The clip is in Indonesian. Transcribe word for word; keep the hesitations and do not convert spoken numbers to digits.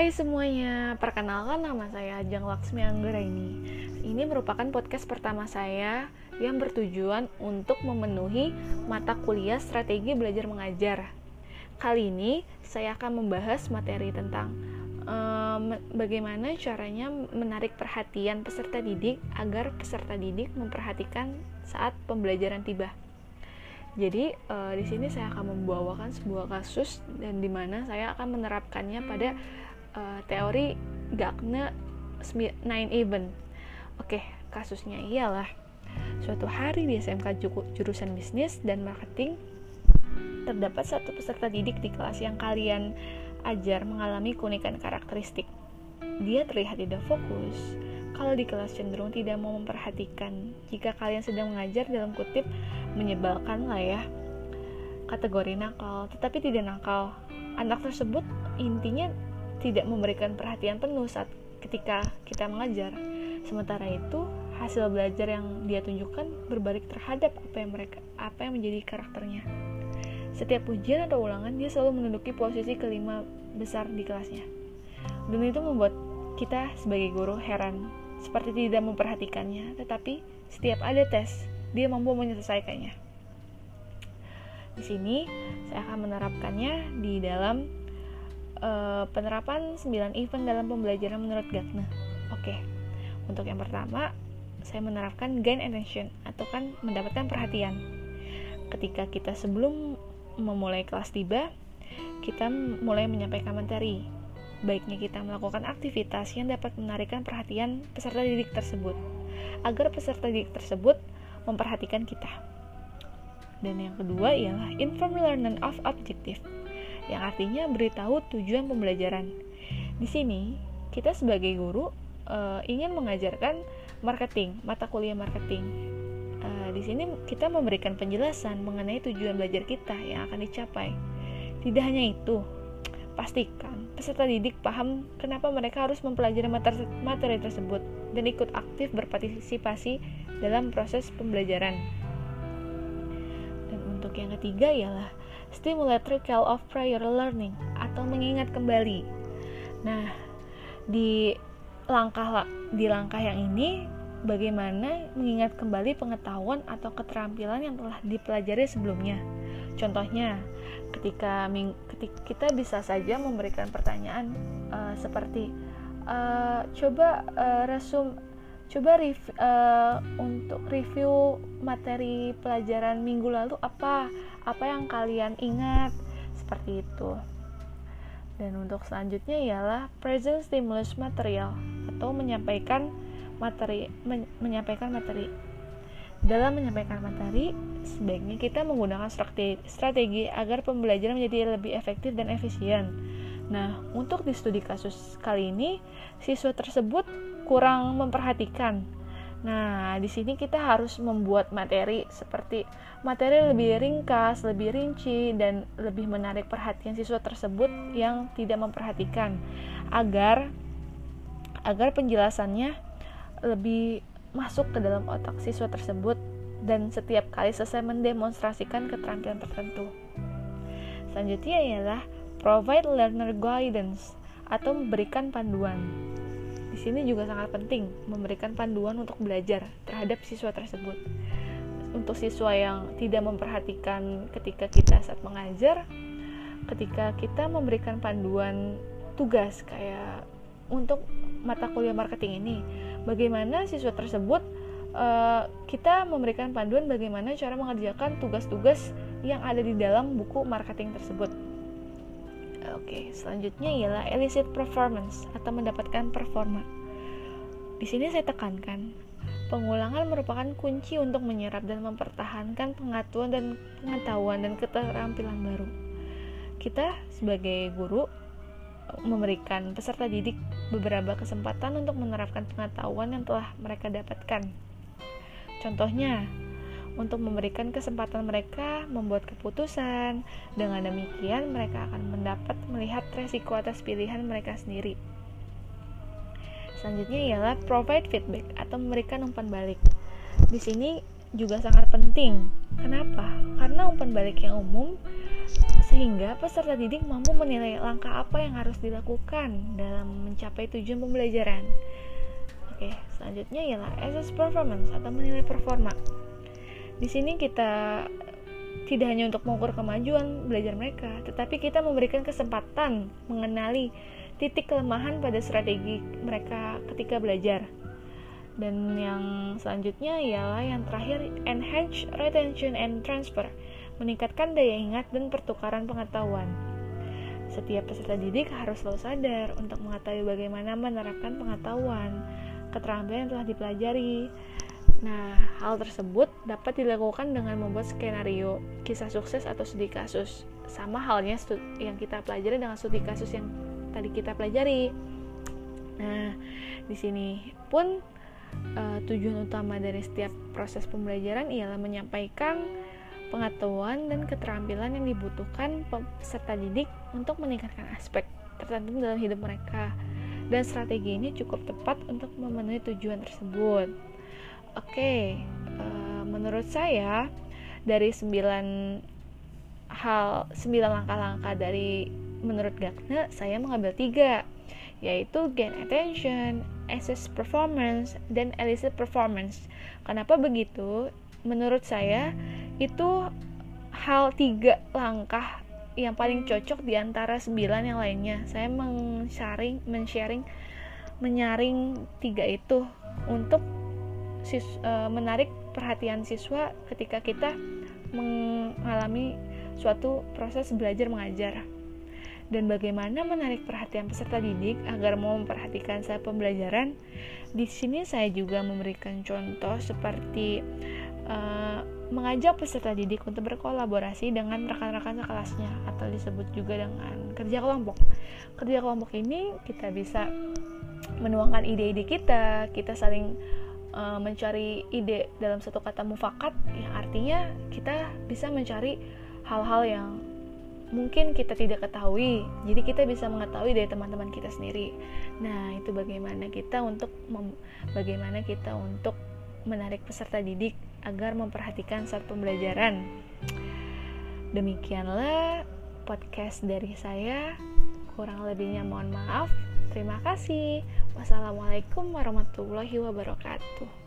Hai semuanya, perkenalkan nama saya Ajeng Laksmi Anggraini. Ini merupakan podcast pertama saya yang bertujuan untuk memenuhi mata kuliah strategi belajar mengajar. Kali ini saya akan membahas materi tentang um, bagaimana caranya menarik perhatian peserta didik agar peserta didik memperhatikan saat pembelajaran tiba. Jadi uh, di sini saya akan membawakan sebuah kasus dan di mana saya akan menerapkannya pada uh, teori Gagne nine event. Oke, kasusnya ialah suatu hari di S M K jurusan bisnis dan marketing terdapat satu peserta didik di kelas yang kalian ajar mengalami keunikan karakteristik. Dia terlihat tidak fokus. Kalau di kelas cenderung tidak mau memperhatikan. Jika kalian sedang mengajar dalam kutip menyebalkan lah ya, kategori nakal, tetapi tidak nakal. Anak tersebut intinya tidak memberikan perhatian penuh saat ketika kita mengajar. Sementara itu hasil belajar yang dia tunjukkan berbalik terhadap apa yang mereka apa yang menjadi karakternya. Setiap ujian atau ulangan dia selalu menduduki posisi kelima besar di kelasnya. Dan itu membuat kita sebagai guru heran, seperti tidak memperhatikannya, tetapi setiap ada tes, dia mampu menyelesaikannya. Di sini saya akan menerapkannya di dalam uh, penerapan sembilan event dalam pembelajaran menurut Gagne. Oke, untuk yang pertama, saya menerapkan gain attention, atau kan mendapatkan perhatian. Ketika kita sebelum memulai kelas tiba, kita mulai menyampaikan materi. Baiknya kita melakukan aktivitas yang dapat menarikkan perhatian peserta didik tersebut, agar peserta didik tersebut memperhatikan kita. Dan yang kedua ialah inform learning of objective, yang artinya beritahu tujuan pembelajaran. Di sini kita sebagai guru e, ingin mengajarkan marketing, mata kuliah marketing. E, di sini kita memberikan penjelasan mengenai tujuan belajar kita yang akan dicapai. Tidak hanya itu, pastikan peserta didik paham kenapa mereka harus mempelajari materi, materi tersebut dan ikut aktif berpartisipasi dalam proses pembelajaran. Dan untuk yang ketiga ialah stimulate recall of prior learning, atau mengingat kembali. Nah, di langkah di langkah yang ini bagaimana mengingat kembali pengetahuan atau keterampilan yang telah dipelajari sebelumnya. Contohnya, ketika, ketika kita bisa saja memberikan pertanyaan uh, seperti uh, coba uh, resum, coba rev, uh, untuk review materi pelajaran minggu lalu apa apa yang kalian ingat, seperti itu. Dan untuk selanjutnya ialah present stimulus material, atau menyampaikan materi men, menyampaikan materi. Dalam menyampaikan materi, sebaiknya kita menggunakan strategi, strategi agar pembelajaran menjadi lebih efektif dan efisien. Nah, untuk di studi kasus kali ini, siswa tersebut kurang memperhatikan. Nah, di sini kita harus membuat materi seperti materi lebih ringkas, lebih rinci, dan lebih menarik perhatian siswa tersebut yang tidak memperhatikan, agar agar penjelasannya lebih masuk ke dalam otak siswa tersebut dan setiap kali selesai mendemonstrasikan keterampilan tertentu. Selanjutnya ialah provide learner guidance, atau memberikan panduan. Di sini juga sangat penting memberikan panduan untuk belajar terhadap siswa tersebut. Untuk siswa yang tidak memperhatikan ketika kita saat mengajar, ketika kita memberikan panduan tugas kayak untuk mata kuliah marketing ini, bagaimana siswa tersebut uh, kita memberikan panduan bagaimana cara mengerjakan tugas-tugas yang ada di dalam buku marketing tersebut. Oke, selanjutnya ialah elicit performance, atau mendapatkan performa. Di sini saya tekankan, pengulangan merupakan kunci untuk menyerap dan mempertahankan pengetahuan dan pengetahuan dan keterampilan baru. Kita sebagai guru memberikan peserta didik beberapa kesempatan untuk menerapkan pengetahuan yang telah mereka dapatkan. Contohnya, untuk memberikan kesempatan mereka membuat keputusan. Dengan demikian, mereka akan mendapat melihat resiko atas pilihan mereka sendiri. Selanjutnya ialah provide feedback, atau memberikan umpan balik. Di sini juga sangat penting. Kenapa? Karena umpan balik yang umum sehingga peserta didik mampu menilai langkah apa yang harus dilakukan dalam mencapai tujuan pembelajaran. Oke, selanjutnya ialah assess performance atau menilai performa. Di sini kita tidak hanya untuk mengukur kemajuan belajar mereka, tetapi kita memberikan kesempatan mengenali titik kelemahan pada strategi mereka ketika belajar. Dan yang selanjutnya ialah yang terakhir, enhance retention and transfer, meningkatkan daya ingat dan pertukaran pengetahuan. Setiap peserta didik harus selalu sadar untuk mengetahui bagaimana menerapkan pengetahuan, keterampilan yang telah dipelajari. Nah, hal tersebut dapat dilakukan dengan membuat skenario, kisah sukses atau studi kasus. Sama halnya yang kita pelajari dengan studi kasus yang tadi kita pelajari. Nah, di sini pun uh, tujuan utama dari setiap proses pembelajaran ialah menyampaikan pengetahuan dan keterampilan yang dibutuhkan peserta didik untuk meningkatkan aspek tertentu dalam hidup mereka. Dan strategi ini cukup tepat untuk memenuhi tujuan tersebut. Oke, uh, menurut saya dari sembilan hal, sembilan langkah-langkah dari menurut Gagne, saya mengambil tiga, yaitu gain attention, assess performance, dan elicit performance. Kenapa begitu? Menurut saya itu hal tiga langkah yang paling cocok di antara sembilan yang lainnya. Saya men-sharing, men-sharing, menyaring tiga itu untuk sis, uh, menarik perhatian siswa ketika kita mengalami suatu proses belajar mengajar. Dan bagaimana menarik perhatian peserta didik agar mau memperhatikan saat pembelajaran. Di sini saya juga memberikan contoh seperti uh, mengajak peserta didik untuk berkolaborasi dengan rekan-rekan sekelasnya atau disebut juga dengan kerja kelompok. Kerja kelompok ini kita bisa menuangkan ide-ide kita, kita saling uh, mencari ide dalam satu kata mufakat, yang artinya kita bisa mencari hal-hal yang mungkin kita tidak ketahui, jadi kita bisa mengetahui dari teman-teman kita sendiri. Nah, itu bagaimana kita untuk mem- bagaimana kita untuk menarik peserta didik agar memperhatikan saat pembelajaran. Demikianlah podcast dari saya. Kurang lebihnya mohon maaf. Terima kasih. Wassalamualaikum warahmatullahi wabarakatuh.